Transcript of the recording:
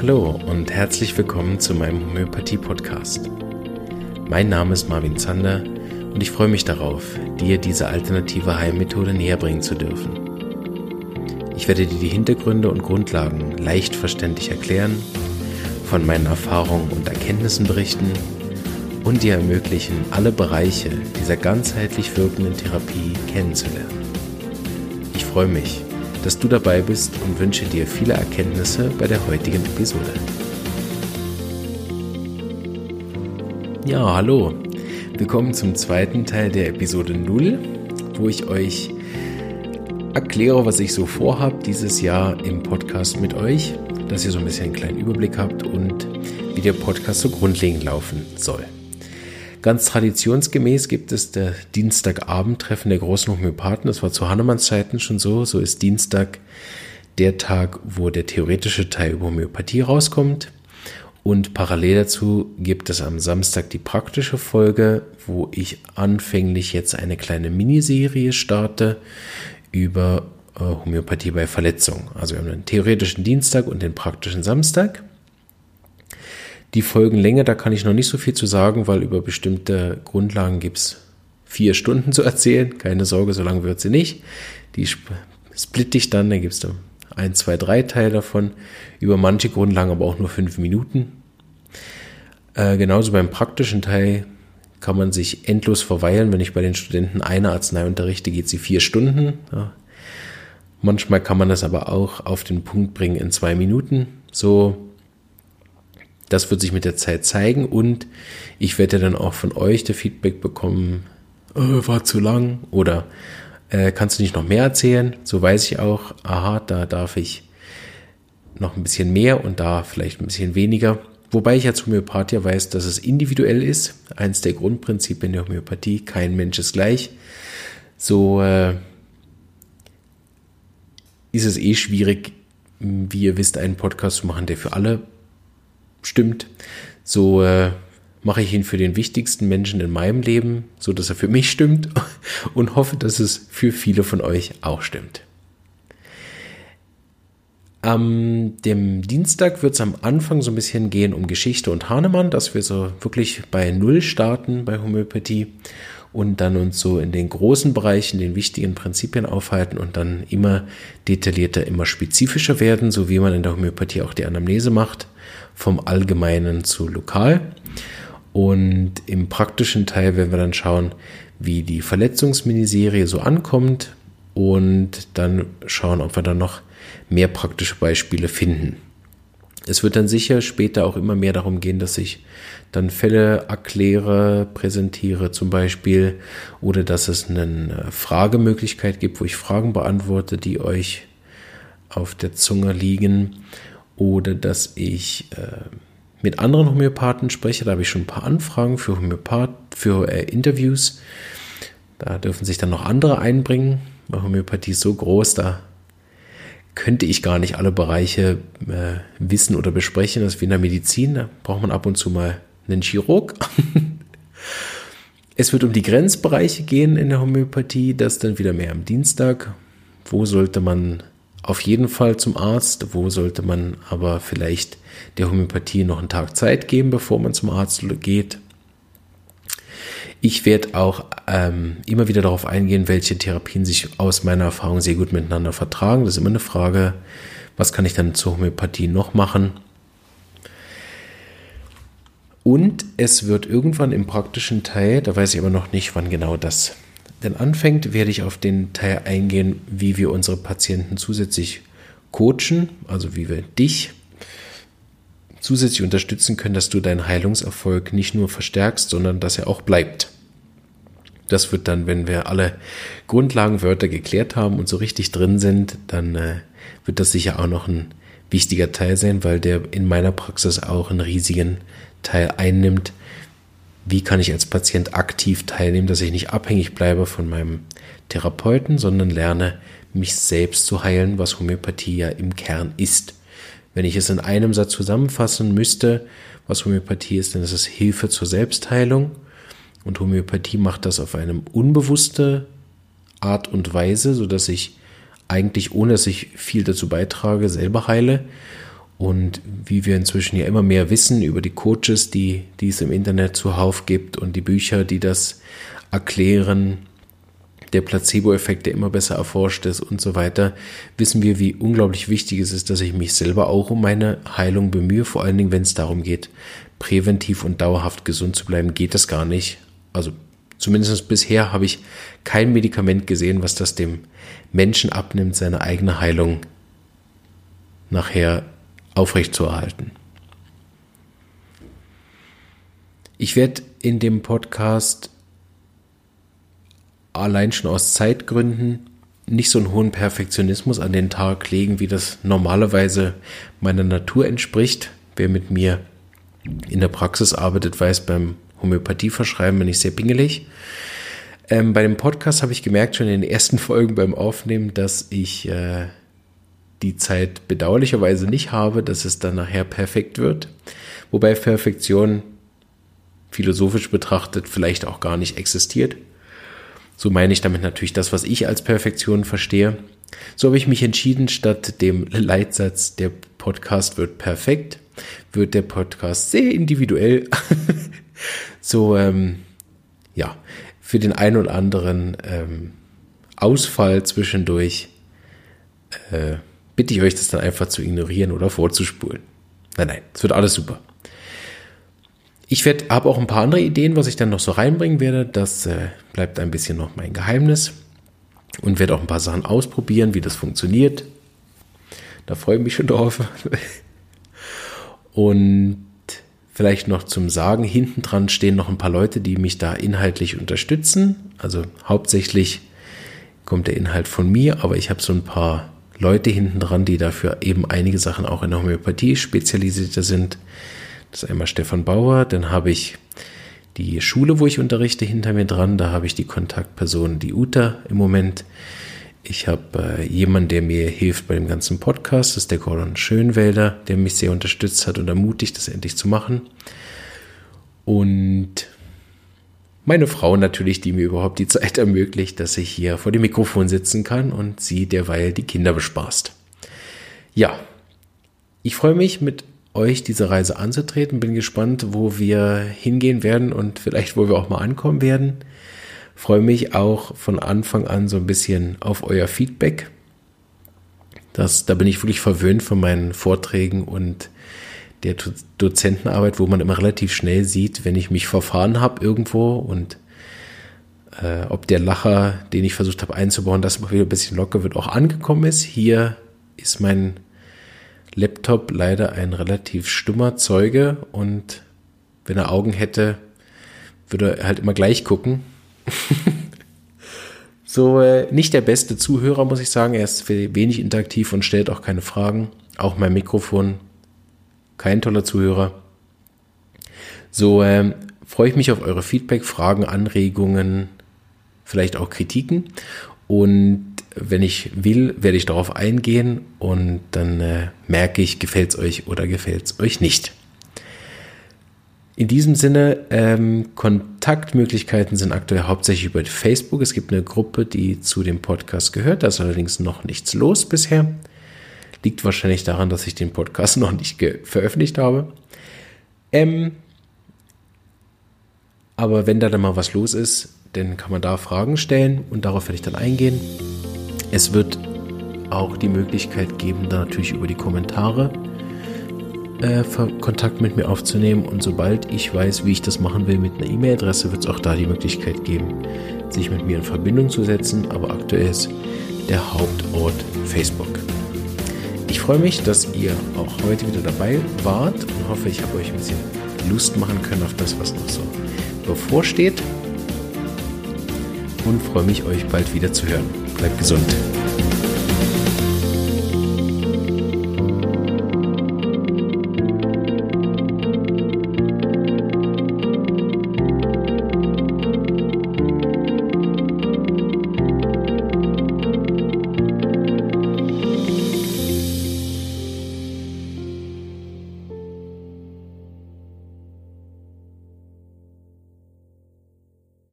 Hallo und herzlich willkommen zu meinem Homöopathie-Podcast. Mein Name ist Marvin Zander und ich freue mich darauf, dir diese alternative Heilmethode näher bringen zu dürfen. Ich werde dir die Hintergründe und Grundlagen leicht verständlich erklären, von meinen Erfahrungen und Erkenntnissen berichten und dir ermöglichen, alle Bereiche dieser ganzheitlich wirkenden Therapie kennenzulernen. Ich freue mich, dass du dabei bist und wünsche dir viele Erkenntnisse bei der heutigen Episode. Ja, hallo. Willkommen zum zweiten Teil der Episode 0, wo ich euch erkläre, was ich so vorhabe dieses Jahr im Podcast mit euch, dass ihr so ein bisschen einen kleinen Überblick habt und wie der Podcast so grundlegend laufen soll. Ganz traditionsgemäß gibt es der Dienstagabendtreffen der großen Homöopathen. Das war zu Hahnemanns Zeiten schon so. So ist Dienstag der Tag, wo der theoretische Teil über Homöopathie rauskommt. Und parallel dazu gibt es am Samstag die praktische Folge, wo ich anfänglich jetzt eine kleine Miniserie starte über Homöopathie bei Verletzungen. Also wir haben den theoretischen Dienstag und den praktischen Samstag. Die Folgenlänge, da kann ich noch nicht so viel zu sagen, weil über bestimmte Grundlagen gibt es 4 Stunden zu erzählen. Keine Sorge, so lange wird sie nicht. Die splitte ich dann gibt es 1, 2, 3 Teile davon. Über manche Grundlagen aber auch nur 5 Minuten. Genauso beim praktischen Teil kann man sich endlos verweilen. Wenn ich bei den Studenten eine Arznei unterrichte, geht sie 4 Stunden. Ja. Manchmal kann man das aber auch auf den Punkt bringen in 2 Minuten. Das wird sich mit der Zeit zeigen und ich werde dann auch von euch das Feedback bekommen, war zu lang oder kannst du nicht noch mehr erzählen? So weiß ich auch, da darf ich noch ein bisschen mehr und da vielleicht ein bisschen weniger. Wobei ich als Homöopath ja weiß, dass es individuell ist. Eins der Grundprinzipien der Homöopathie, kein Mensch ist gleich. So ist es schwierig, wie ihr wisst, einen Podcast zu machen, der für alle stimmt. So mache ich ihn für den wichtigsten Menschen in meinem Leben, so dass er für mich stimmt und hoffe, dass es für viele von euch auch stimmt. Am dem Dienstag wird es am Anfang so ein bisschen gehen um Geschichte und Hahnemann, dass wir so wirklich bei Null starten bei Homöopathie und dann uns so in den großen Bereichen, den wichtigen Prinzipien aufhalten und dann immer detaillierter, immer spezifischer werden, so wie man in der Homöopathie auch die Anamnese macht, vom Allgemeinen zu lokal. Und im praktischen Teil werden wir dann schauen, wie die Verletzungsminiserie so ankommt und dann schauen, ob wir dann noch mehr praktische Beispiele finden. Es wird dann sicher später auch immer mehr darum gehen, dass ich dann Fälle erkläre, präsentiere zum Beispiel oder dass es eine Fragemöglichkeit gibt, wo ich Fragen beantworte, die euch auf der Zunge liegen oder dass ich mit anderen Homöopathen spreche. Da habe ich schon ein paar Anfragen für Interviews. Da dürfen sich dann noch andere einbringen, weil Homöopathie ist so groß, da könnte ich gar nicht alle Bereiche wissen oder besprechen. Das ist wie in der Medizin, da braucht man ab und zu mal einen Chirurg. Es wird um die Grenzbereiche gehen in der Homöopathie, das dann wieder mehr am Dienstag. Wo sollte man auf jeden Fall zum Arzt, wo sollte man aber vielleicht der Homöopathie noch einen Tag Zeit geben, bevor man zum Arzt geht. Ich werde auch immer wieder darauf eingehen, welche Therapien sich aus meiner Erfahrung sehr gut miteinander vertragen. Das ist immer eine Frage, was kann ich dann zur Homöopathie noch machen? Und es wird irgendwann im praktischen Teil, da weiß ich aber noch nicht, wann genau das denn anfängt, werde ich auf den Teil eingehen, wie wir unsere Patienten zusätzlich coachen, also wie wir dich zusätzlich unterstützen können, dass du deinen Heilungserfolg nicht nur verstärkst, sondern dass er auch bleibt. Das wird dann, wenn wir alle Grundlagenwörter geklärt haben und so richtig drin sind, dann wird das sicher auch noch ein wichtiger Teil sein, weil der in meiner Praxis auch einen riesigen Teil einnimmt. Wie kann ich als Patient aktiv teilnehmen, dass ich nicht abhängig bleibe von meinem Therapeuten, sondern lerne, mich selbst zu heilen, was Homöopathie ja im Kern ist. Wenn ich es in einem Satz zusammenfassen müsste, was Homöopathie ist, dann ist es Hilfe zur Selbstheilung. Und Homöopathie macht das auf eine unbewusste Art und Weise, sodass ich eigentlich, ohne dass ich viel dazu beitrage, selber heile. und wie wir inzwischen ja immer mehr wissen über die Coaches, die es im Internet zuhauf gibt und die Bücher, die das erklären, der Placebo-Effekt, der immer besser erforscht ist und so weiter, wissen wir, wie unglaublich wichtig es ist, dass ich mich selber auch um meine Heilung bemühe. Vor allen Dingen, wenn es darum geht, präventiv und dauerhaft gesund zu bleiben, geht das gar nicht. Also zumindest bisher habe ich kein Medikament gesehen, was das dem Menschen abnimmt, seine eigene Heilung nachher aufrechtzuerhalten. Ich werde in dem Podcast allein schon aus Zeitgründen nicht so einen hohen Perfektionismus an den Tag legen, wie das normalerweise meiner Natur entspricht. Wer mit mir in der Praxis arbeitet, weiß, beim Homöopathieverschreiben bin ich sehr pingelig. Bei dem Podcast habe ich gemerkt, schon in den ersten Folgen beim Aufnehmen, dass ich die Zeit bedauerlicherweise nicht habe, dass es dann nachher perfekt wird. Wobei Perfektion philosophisch betrachtet vielleicht auch gar nicht existiert. So meine ich damit natürlich das, was ich als Perfektion verstehe. So habe ich mich entschieden, statt dem Leitsatz, der Podcast wird perfekt, wird der Podcast sehr individuell. So, für den einen oder anderen Ausfall zwischendurch bitte ich euch, das dann einfach zu ignorieren oder vorzuspulen. Nein, es wird alles super. Ich habe auch ein paar andere Ideen, was ich dann noch so reinbringen werde. Das bleibt ein bisschen noch mein Geheimnis. Und werde auch ein paar Sachen ausprobieren, wie das funktioniert. Da freue ich mich schon drauf. Und vielleicht noch zum Sagen, hinten dran stehen noch ein paar Leute, die mich da inhaltlich unterstützen. Also hauptsächlich kommt der Inhalt von mir, aber ich habe so ein paar Leute hinten dran, die dafür eben einige Sachen auch in der Homöopathie spezialisierter sind. Das ist einmal Stefan Bauer, dann habe ich die Schule, wo ich unterrichte, hinter mir dran. Da habe ich die Kontaktperson, die Uta im Moment. Ich habe jemanden, der mir hilft bei dem ganzen Podcast. Das ist der Gordon Schönwälder, der mich sehr unterstützt hat und ermutigt, das endlich zu machen. Und meine Frau natürlich, die mir überhaupt die Zeit ermöglicht, dass ich hier vor dem Mikrofon sitzen kann und sie derweil die Kinder bespaßt. Ja, ich freue mich, mit euch diese Reise anzutreten. Bin gespannt, wo wir hingehen werden und vielleicht, wo wir auch mal ankommen werden. Freue mich auch von Anfang an so ein bisschen auf euer Feedback. Da bin ich wirklich verwöhnt von meinen Vorträgen und der Dozentenarbeit, wo man immer relativ schnell sieht, wenn ich mich verfahren habe irgendwo und ob der Lacher, den ich versucht habe einzubauen, dass mal wieder ein bisschen locker wird, auch angekommen ist. Hier ist mein Laptop leider ein relativ stummer Zeuge und wenn er Augen hätte, würde er halt immer gleich gucken. So, nicht der beste Zuhörer, muss ich sagen. Er ist wenig interaktiv und stellt auch keine Fragen. Auch mein Mikrofon, kein toller Zuhörer. So, freue ich mich auf eure Feedback, Fragen, Anregungen, vielleicht auch Kritiken. Und wenn ich will, werde ich darauf eingehen und dann merke ich, gefällt es euch oder gefällt es euch nicht. In diesem Sinne, Kontaktmöglichkeiten sind aktuell hauptsächlich über Facebook. Es gibt eine Gruppe, die zu dem Podcast gehört. Da ist allerdings noch nichts los bisher. Liegt wahrscheinlich daran, dass ich den Podcast noch nicht veröffentlicht habe. Aber wenn da dann mal was los ist, dann kann man da Fragen stellen und darauf werde ich dann eingehen. Es wird auch die Möglichkeit geben, da natürlich über die Kommentare Kontakt mit mir aufzunehmen. Und sobald ich weiß, wie ich das machen will mit einer E-Mail-Adresse, wird es auch da die Möglichkeit geben, sich mit mir in Verbindung zu setzen. Aber aktuell ist der Hauptort Facebook. Ich freue mich, dass ihr auch heute wieder dabei wart und hoffe, ich habe euch ein bisschen Lust machen können auf das, was noch so bevorsteht. Und freue mich, euch bald wieder zu hören. Bleibt gesund.